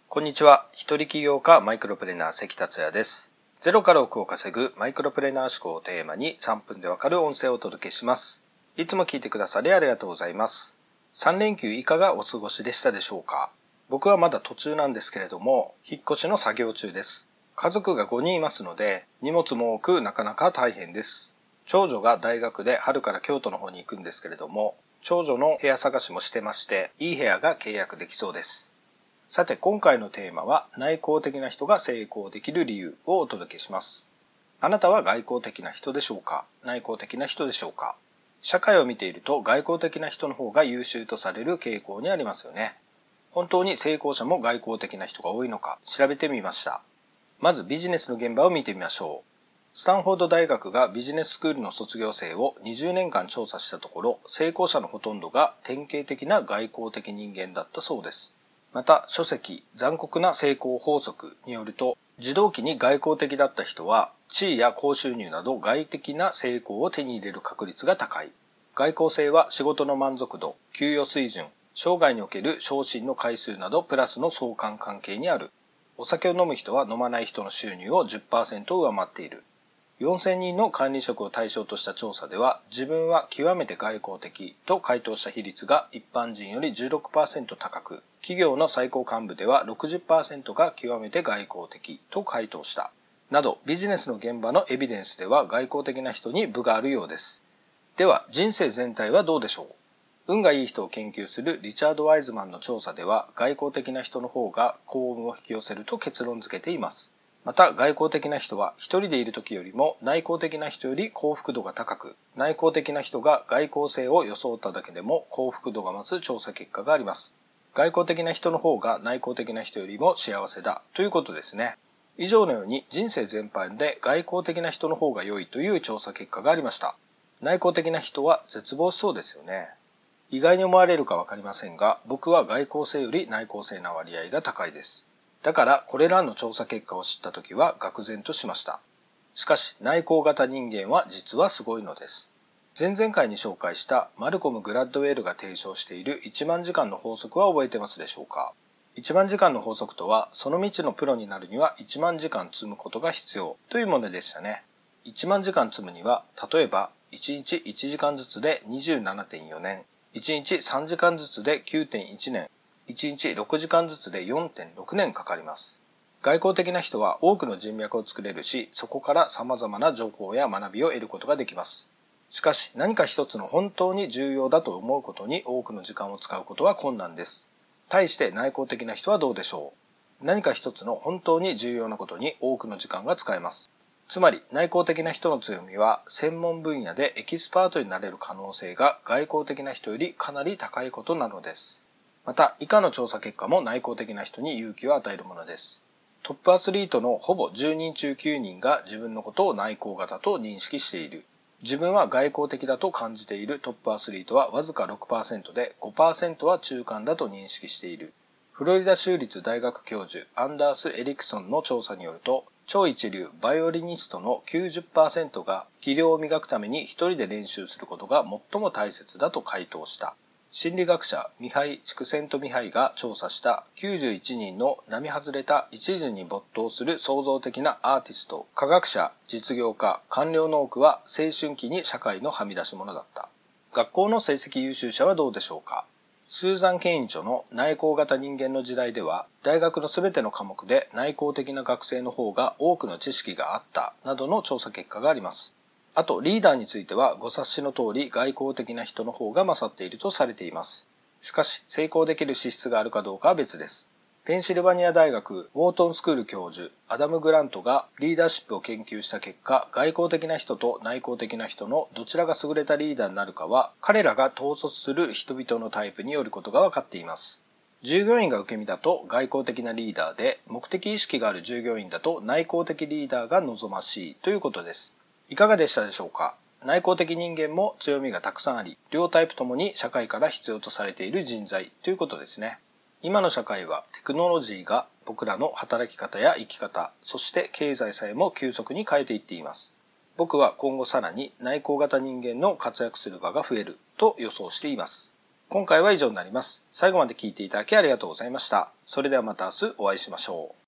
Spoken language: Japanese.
こんにちは。一人起業家マイクロプレーナー関達也です。ゼロから億を稼ぐマイクロプレーナー思考をテーマに3分でわかる音声をお届けします。いつも聞いてくださりありがとうございます。3連休いかがお過ごしでしたでしょうか？僕はまだ途中なんですけれども、引っ越しの作業中です。家族が5人いますので、荷物も多くなかなか大変です。長女が大学で春から京都の方に行くんですけれども、長女の部屋探しもしてまして、いい部屋が契約できそうです。さて今回のテーマは内向的な人が成功できる理由をお届けします。あなたは外向的な人でしょうか？内向的な人でしょうか？社会を見ていると外向的な人の方が優秀とされる傾向にありますよね。本当に成功者も外向的な人が多いのか調べてみました。まずビジネスの現場を見てみましょう。スタンフォード大学がビジネススクールの卒業生を20年間調査したところ、成功者のほとんどが典型的な外向的人間だったそうです。また書籍残酷な成功法則によると、児童期に外向的だった人は地位や高収入など外的な成功を手に入れる確率が高い。外向性は仕事の満足度、給与水準、生涯における昇進の回数などプラスの相関関係にある。お酒を飲む人は飲まない人の収入を 10% 上回っている。4000人の管理職を対象とした調査では、自分は極めて外向的と回答した比率が一般人より 16% 高く、企業の最高幹部では 60% が極めて外向的と回答した。など、ビジネスの現場のエビデンスでは外向的な人に分があるようです。では、人生全体はどうでしょう？運がいい人を研究するリチャード・ワイズマンの調査では、外向的な人の方が幸運を引き寄せると結論付けています。また外向的な人は一人でいる時よりも内向的な人より幸福度が高く、内向的な人が外向性を装っただけでも幸福度が増す調査結果があります。外向的な人の方が内向的な人よりも幸せだということですね。以上のように人生全般で外向的な人の方が良いという調査結果がありました。内向的な人は絶望しそうですよね。意外に思われるかわかりませんが、僕は外向性より内向性な割合が高いです。だからこれらの調査結果を知ったときは愕然としました。しかし内向型人間は実はすごいのです。前々回に紹介したマルコム・グラッドウェルが提唱している1万時間の法則は覚えてますでしょうか？1万時間の法則とは、その道のプロになるには1万時間積むことが必要というものでしたね。1万時間積むには、例えば1日1時間ずつで 27.4 年、1日3時間ずつで 9.1 年、1日6時間ずつで 4.6 年かかります。外交的な人は多くの人脈を作れるし、そこから様々な情報や学びを得ることができます。しかし何か一つの本当に重要だと思うことに多くの時間を使うことは困難です。対して内向的な人はどうでしょう？何か一つの本当に重要なことに多くの時間が使えます。つまり内向的な人の強みは、専門分野でエキスパートになれる可能性が外向的な人よりかなり高いことなのです。また以下の調査結果も内向的な人に勇気を与えるものです。トップアスリートのほぼ10人中9人が自分のことを内向型と認識している。自分は外向的だと感じているトップアスリートはわずか 6% で、 5% は中間だと認識している。フロリダ州立大学教授アンダース・エリクソンの調査によると、超一流バイオリニストの 90% が技量を磨くために一人で練習することが最も大切だと回答した。心理学者ミハイ・チクセントミハイが調査した91人の並外れた一途に没頭する創造的なアーティスト、科学者、実業家、官僚の多くは青春期に社会のはみ出し者だった。学校の成績優秀者はどうでしょうか？スーザン・ケイン著の内向型人間の時代では、大学のすべての科目で内向的な学生の方が多くの知識があったなどの調査結果があります。あとリーダーについてはご察しの通り外向的な人の方が勝っているとされています。しかし成功できる資質があるかどうかは別です。ペンシルバニア大学ウォートンスクール教授アダム・グラントがリーダーシップを研究した結果、外向的な人と内向的な人のどちらが優れたリーダーになるかは、彼らが統率する人々のタイプによることが分かっています。従業員が受け身だと外向的なリーダーで、目的意識がある従業員だと内向的リーダーが望ましいということです。いかがでしたでしょうか？内向的人間も強みがたくさんあり、両タイプともに社会から必要とされている人材ということですね。今の社会はテクノロジーが僕らの働き方や生き方、そして経済さえも急速に変えていっています。僕は今後さらに内向型人間の活躍する場が増えると予想しています。 今回は以上になります。最後まで聞いていただきありがとうございました。それではまた明日お会いしましょう。